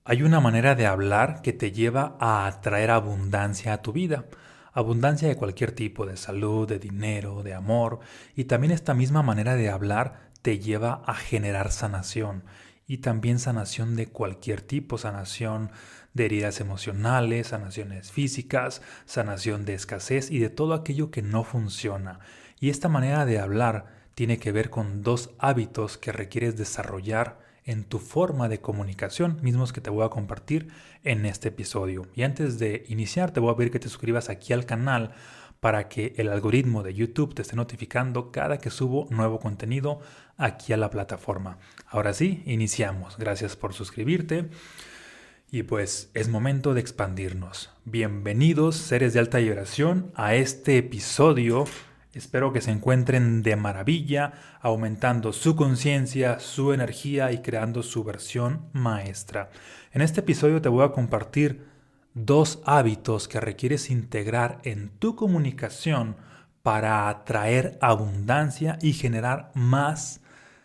Hay una manera de hablar que te lleva a atraer abundancia a tu vida. Abundancia de cualquier tipo, de salud, de dinero, de amor. Y también esta misma manera de hablar te lleva a generar sanación. Y también sanación de cualquier tipo, sanación de heridas emocionales, sanaciones físicas, sanación de escasez y de todo aquello que no funciona. Y esta manera de hablar tiene que ver con dos hábitos que requieres desarrollar en tu forma de comunicación, mismos que te voy a compartir en este episodio. Y antes de iniciar, te voy a pedir que te suscribas aquí al canal para que el algoritmo de YouTube te esté notificando cada que subo nuevo contenido aquí a la plataforma. Ahora sí, iniciamos. Gracias por suscribirte. Y pues es momento de expandirnos. Bienvenidos, seres de alta vibración, a este episodio. Espero que se encuentren de maravilla, aumentando su conciencia, su energía y creando su versión maestra. En este episodio te voy a compartir dos hábitos que requieres integrar en tu comunicación para atraer abundancia y generar más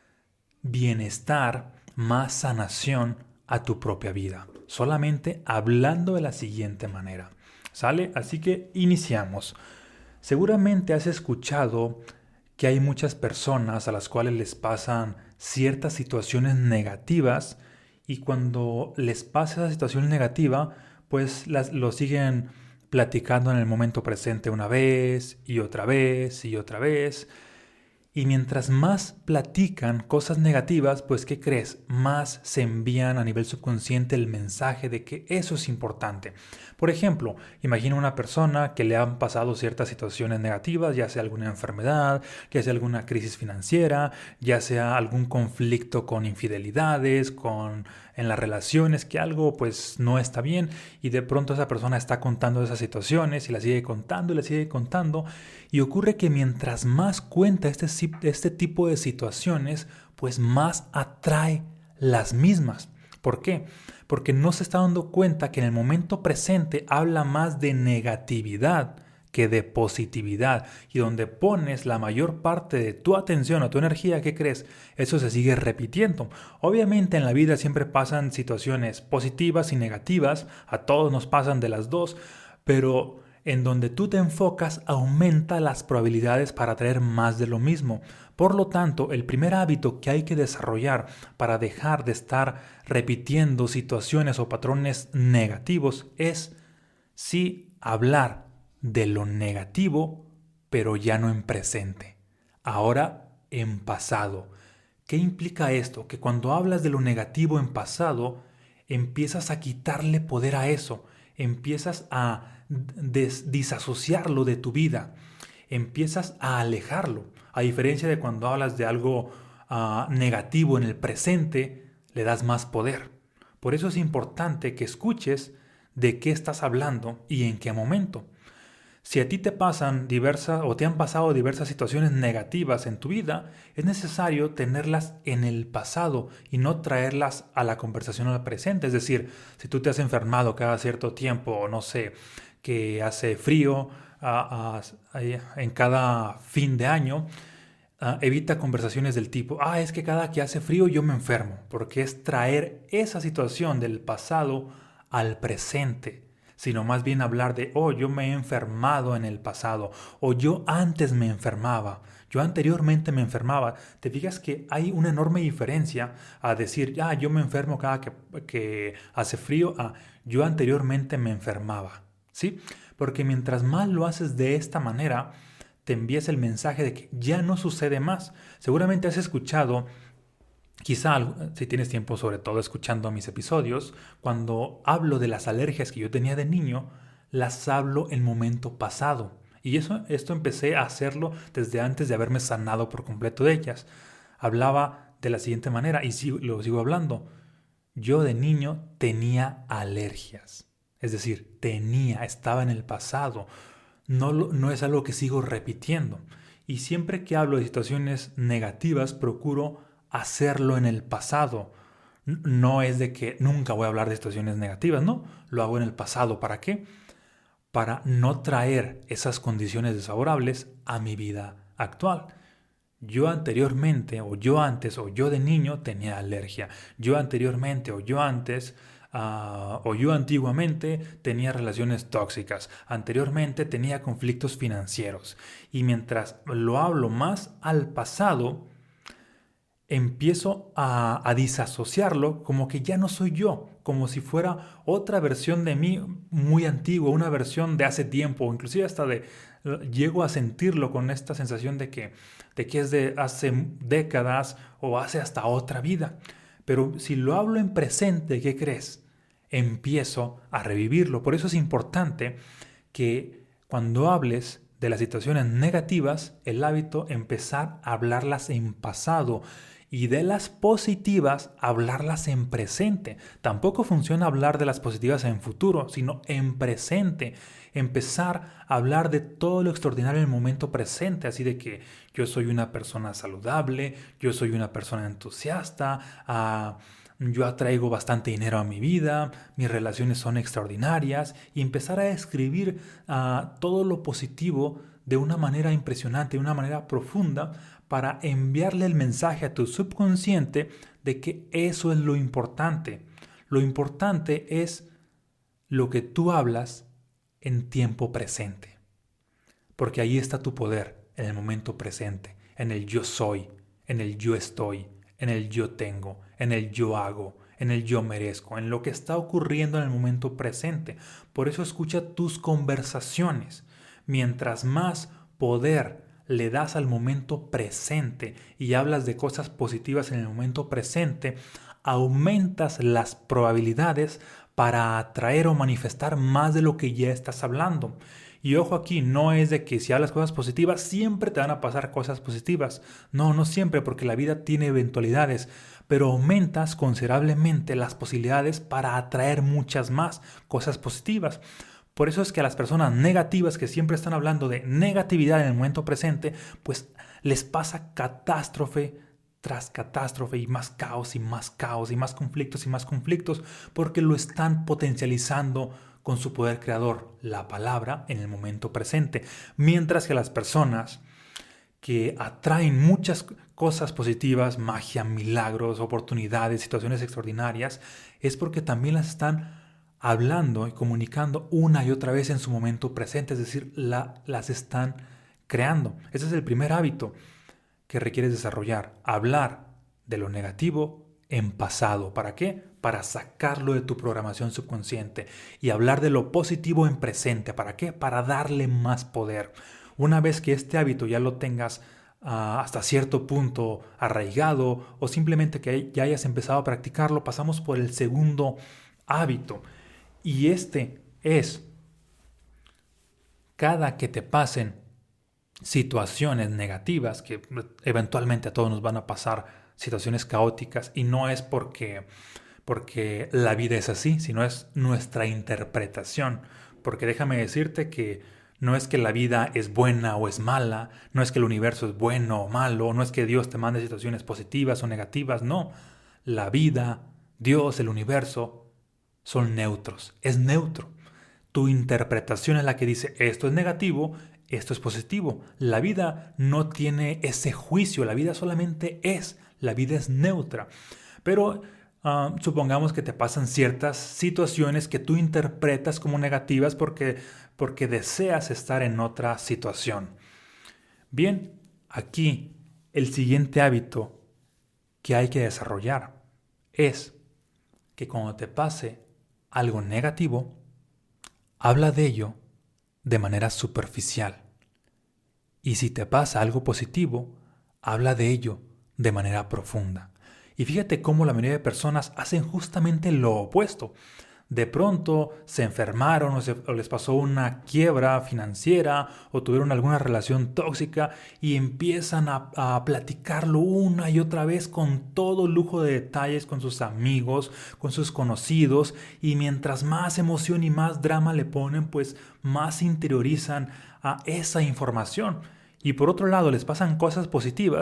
bienestar, más sanación a tu propia vida. Solamente hablando de la siguiente manera. ¿Sale? Así que iniciamos. Seguramente has escuchado que hay muchas personas a las cuales les pasan ciertas situaciones negativas y cuando les pasa esa situación negativa, pues lo siguen platicando en el momento presente una vez y otra vez y otra vez. Y mientras más platican cosas negativas, pues ¿qué crees? Más se envían a nivel subconsciente el mensaje de que eso es importante. Por ejemplo, imagina una persona que le han pasado ciertas situaciones negativas, ya sea alguna enfermedad, ya sea alguna crisis financiera, ya sea algún conflicto con infidelidades, en las relaciones, que algo pues no está bien y de pronto esa persona está contando esas situaciones y las sigue contando y las sigue contando. Y ocurre que mientras más cuenta este tipo de situaciones, pues más atrae las mismas. ¿Por qué? Porque no se está dando cuenta que en el momento presente habla más de negatividad que de positividad. Y donde pones la mayor parte de tu atención o tu energía, ¿qué crees? Eso se sigue repitiendo. Obviamente en la vida siempre pasan situaciones positivas y negativas, a todos nos pasan de las dos, pero en donde tú te enfocas aumenta las probabilidades para atraer más de lo mismo. Por lo tanto, el primer hábito que hay que desarrollar para dejar de estar repitiendo situaciones o patrones negativos es sí hablar de lo negativo, pero ya no en presente. Ahora en pasado. ¿Qué implica esto? Que cuando hablas de lo negativo en pasado, empiezas a quitarle poder a eso, empiezas a disasociarlo de tu vida, empiezas a alejarlo. A diferencia de cuando hablas de algo negativo en el presente, le das más poder. Por eso es importante que escuches de qué estás hablando y en qué momento. Si a ti te pasan diversas o te han pasado diversas situaciones negativas en tu vida, es necesario tenerlas en el pasado y no traerlas a la conversación al presente. Es decir, si tú te has enfermado cada cierto tiempo, o no sé, que hace frío en cada fin de año, evita conversaciones del tipo, es que cada que hace frío yo me enfermo, porque es traer esa situación del pasado al presente, sino más bien hablar de, yo me he enfermado en el pasado, o yo antes me enfermaba, yo anteriormente me enfermaba. Te fijas que hay una enorme diferencia a decir, yo me enfermo cada que hace frío, a yo anteriormente me enfermaba, ¿sí? Porque mientras más lo haces de esta manera, te envías el mensaje de que ya no sucede más. Seguramente has escuchado, quizá si tienes tiempo sobre todo escuchando mis episodios, cuando hablo de las alergias que yo tenía de niño, las hablo en momento pasado. Y esto empecé a hacerlo desde antes de haberme sanado por completo de ellas. Hablaba de la siguiente manera y lo sigo hablando. Yo de niño tenía alergias. Es decir, estaba en el pasado. No es algo que sigo repitiendo. Y siempre que hablo de situaciones negativas, procuro hacerlo en el pasado. No es de que nunca voy a hablar de situaciones negativas, no. Lo hago en el pasado. ¿Para qué? Para no traer esas condiciones desfavorables a mi vida actual. Yo anteriormente, o yo antes, o yo de niño tenía alergia. Yo anteriormente, o yo antes O yo antiguamente tenía relaciones tóxicas, anteriormente tenía conflictos financieros. Y mientras lo hablo más al pasado, empiezo a disasociarlo como que ya no soy yo, como si fuera otra versión de mí muy antigua, una versión de hace tiempo, o inclusive hasta llego a sentirlo con esta sensación de que es de hace décadas o hace hasta otra vida. Pero si lo hablo en presente, ¿qué crees? Empiezo a revivirlo. Por eso es importante que cuando hables de las situaciones negativas, el hábito empezar a hablarlas en pasado y de las positivas hablarlas en presente. Tampoco funciona hablar de las positivas en futuro, sino en presente. Empezar a hablar de todo lo extraordinario en el momento presente, así de que yo soy una persona saludable, yo soy una persona entusiasta, yo atraigo bastante dinero a mi vida, mis relaciones son extraordinarias y empezar a escribir todo lo positivo de una manera impresionante, de una manera profunda para enviarle el mensaje a tu subconsciente de que eso es lo importante. Lo importante es lo que tú hablas en tiempo presente. Porque ahí está tu poder, en el momento presente, en el yo soy, en el yo estoy, en el yo tengo, en el yo hago, en el yo merezco, en lo que está ocurriendo en el momento presente. Por eso escucha tus conversaciones. Mientras más poder le das al momento presente y hablas de cosas positivas en el momento presente, aumentas las probabilidades para atraer o manifestar más de lo que ya estás hablando. Y ojo aquí, no es de que si hablas cosas positivas siempre te van a pasar cosas positivas. No, no siempre, porque la vida tiene eventualidades, pero aumentas considerablemente las posibilidades para atraer muchas más cosas positivas. Por eso es que a las personas negativas que siempre están hablando de negatividad en el momento presente, pues les pasa catástrofe tras catástrofe y más caos y más caos y más conflictos, porque lo están potencializando con su poder creador, la palabra, en el momento presente. Mientras que las personas que atraen muchas cosas positivas, magia, milagros, oportunidades, situaciones extraordinarias, es porque también las están hablando y comunicando una y otra vez en su momento presente, es decir, las están creando. Ese es el primer hábito que requieres desarrollar, hablar de lo negativo en pasado. ¿Para qué? Para sacarlo de tu programación subconsciente y hablar de lo positivo en presente. ¿Para qué? Para darle más poder. Una vez que este hábito ya lo tengas hasta cierto punto arraigado o simplemente que ya hayas empezado a practicarlo, pasamos por el segundo hábito. Y este es, cada que te pasen situaciones negativas, que eventualmente a todos nos van a pasar situaciones caóticas, y no es porque la vida es así, sino es nuestra interpretación. Porque déjame decirte que no es que la vida es buena o es mala, no es que el universo es bueno o malo, no es que Dios te mande situaciones positivas o negativas, no. La vida, Dios, el universo son neutros, es neutro. Tu interpretación es la que dice esto es negativo, esto es positivo. La vida no tiene ese juicio, la vida solamente es, la vida es neutra. Pero supongamos que te pasan ciertas situaciones que tú interpretas como negativas porque deseas estar en otra situación. Bien, aquí el siguiente hábito que hay que desarrollar es que cuando te pase algo negativo, habla de ello de manera superficial. Y si te pasa algo positivo, habla de ello de manera profunda. Y fíjate cómo la mayoría de personas hacen justamente lo opuesto. De pronto se enfermaron o les pasó una quiebra financiera o tuvieron alguna relación tóxica y empiezan a platicarlo una y otra vez con todo lujo de detalles con sus amigos, con sus conocidos, y mientras más emoción y más drama le ponen, pues más interiorizan a esa información. Y por otro lado les pasan cosas positivas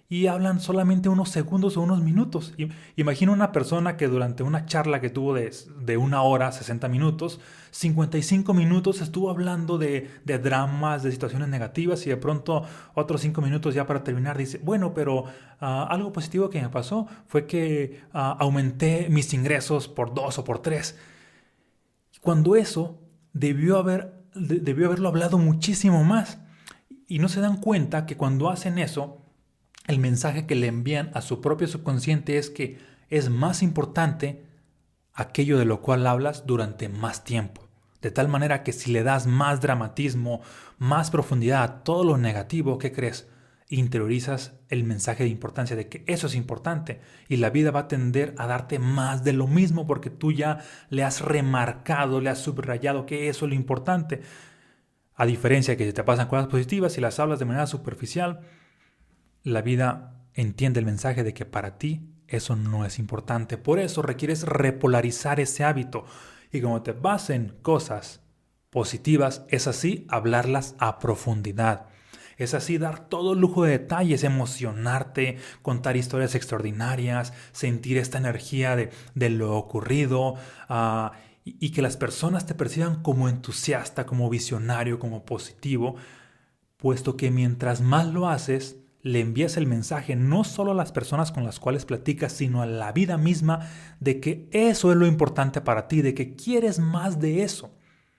y hablan solamente unos segundos o unos minutos. Imagina una persona que durante una charla que tuvo de 1 hora, 60 minutos, 55 minutos estuvo hablando de dramas, de situaciones negativas y de pronto otros 5 minutos ya para terminar dice, bueno, pero algo positivo que me pasó fue que aumenté mis ingresos por 2 o por 3. Cuando eso debió haberlo hablado muchísimo más. Y no se dan cuenta que cuando hacen eso, el mensaje que le envían a su propio subconsciente es que es más importante aquello de lo cual hablas durante más tiempo. De tal manera que si le das más dramatismo, más profundidad a todo lo negativo, ¿qué crees? Interiorizas el mensaje de importancia de que eso es importante y la vida va a tender a darte más de lo mismo porque tú ya le has remarcado, le has subrayado que eso es lo importante. A diferencia de que si te pasan cosas positivas y las hablas de manera superficial, la vida entiende el mensaje de que para ti eso no es importante. Por eso requieres repolarizar ese hábito. Y como te pasen cosas positivas, es así hablarlas a profundidad. Es así dar todo lujo de detalles, emocionarte, contar historias extraordinarias, sentir esta energía de lo ocurrido, y que las personas te perciban como entusiasta, como visionario, como positivo, puesto que mientras más lo haces, le envías el mensaje no solo a las personas con las cuales platicas, sino a la vida misma de que eso es lo importante para ti, de que quieres más de eso.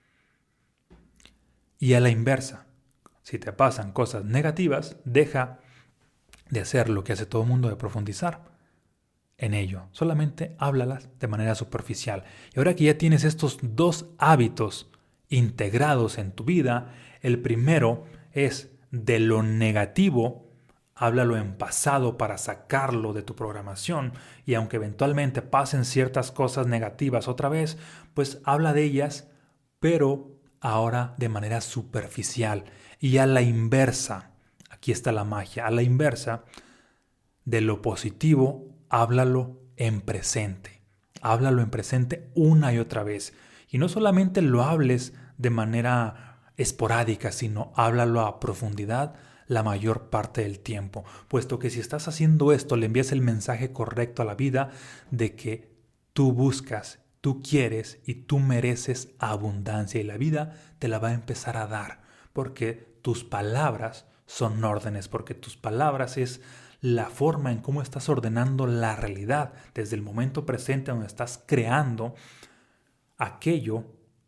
Y a la inversa, si te pasan cosas negativas, deja de hacer lo que hace todo el mundo, de profundizar en ello. Solamente háblalas de manera superficial. Y ahora que ya tienes estos 2 hábitos integrados en tu vida, el primero es de lo negativo, háblalo en pasado para sacarlo de tu programación y aunque eventualmente pasen ciertas cosas negativas otra vez, pues habla de ellas, pero ahora de manera superficial. Y a la inversa, aquí está la magia, a la inversa, de lo positivo, háblalo en presente. Háblalo en presente una y otra vez. Y no solamente lo hables de manera esporádica, sino háblalo a profundidad la mayor parte del tiempo, puesto que si estás haciendo esto, le envías el mensaje correcto a la vida de que tú buscas, tú quieres y tú mereces abundancia y la vida te la va a empezar a dar, porque tus palabras son órdenes, porque tus palabras es la forma en cómo estás ordenando la realidad desde el momento presente donde estás creando aquello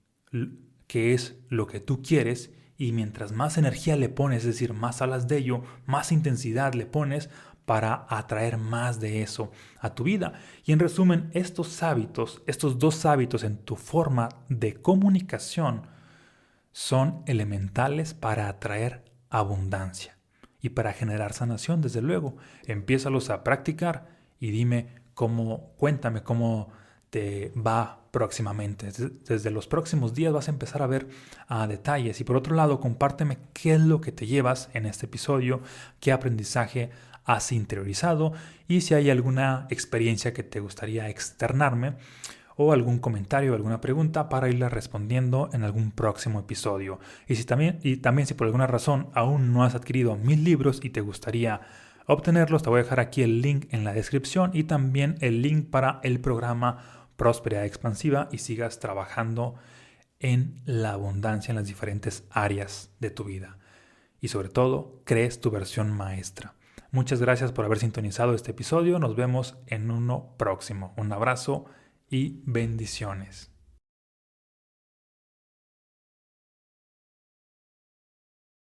que es lo que tú quieres. Y mientras más energía le pones, es decir, más hablas de ello, más intensidad le pones para atraer más de eso a tu vida. Y en resumen, estos hábitos, estos 2 hábitos en tu forma de comunicación son elementales para atraer abundancia y para generar sanación, desde luego. Empiézalos a practicar y cuéntame cómo te va próximamente. Desde los próximos días vas a empezar a ver detalles. Y por otro lado, compárteme qué es lo que te llevas en este episodio, qué aprendizaje has interiorizado y si hay alguna experiencia que te gustaría externarme o algún comentario o alguna pregunta para irla respondiendo en algún próximo episodio. Y también si por alguna razón aún no has adquirido mis libros y te gustaría obtenerlos, te voy a dejar aquí el link en la descripción y también el link para el programa Prosperidad Expansiva y sigas trabajando en la abundancia en las diferentes áreas de tu vida. Y sobre todo, crees tu versión maestra. Muchas gracias por haber sintonizado este episodio. Nos vemos en uno próximo. Un abrazo y bendiciones.